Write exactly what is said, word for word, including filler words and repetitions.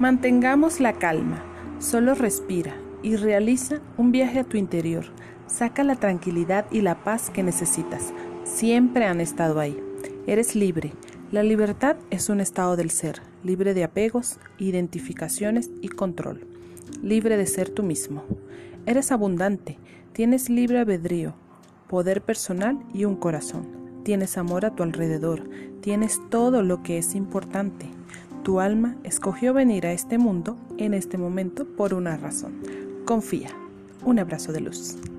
Mantengamos la calma, solo respira y realiza un viaje a tu interior. Saca la tranquilidad y la paz que necesitas. Siempre han estado ahí. Eres libre. La libertad es un estado del ser, libre de apegos, identificaciones y control. Libre de ser tú mismo. Eres abundante, tienes libre albedrío, poder personal y un corazón. Tienes amor a tu alrededor, tienes todo lo que es importante. Tu alma escogió venir a este mundo en este momento por una razón. Confía. Un abrazo de luz.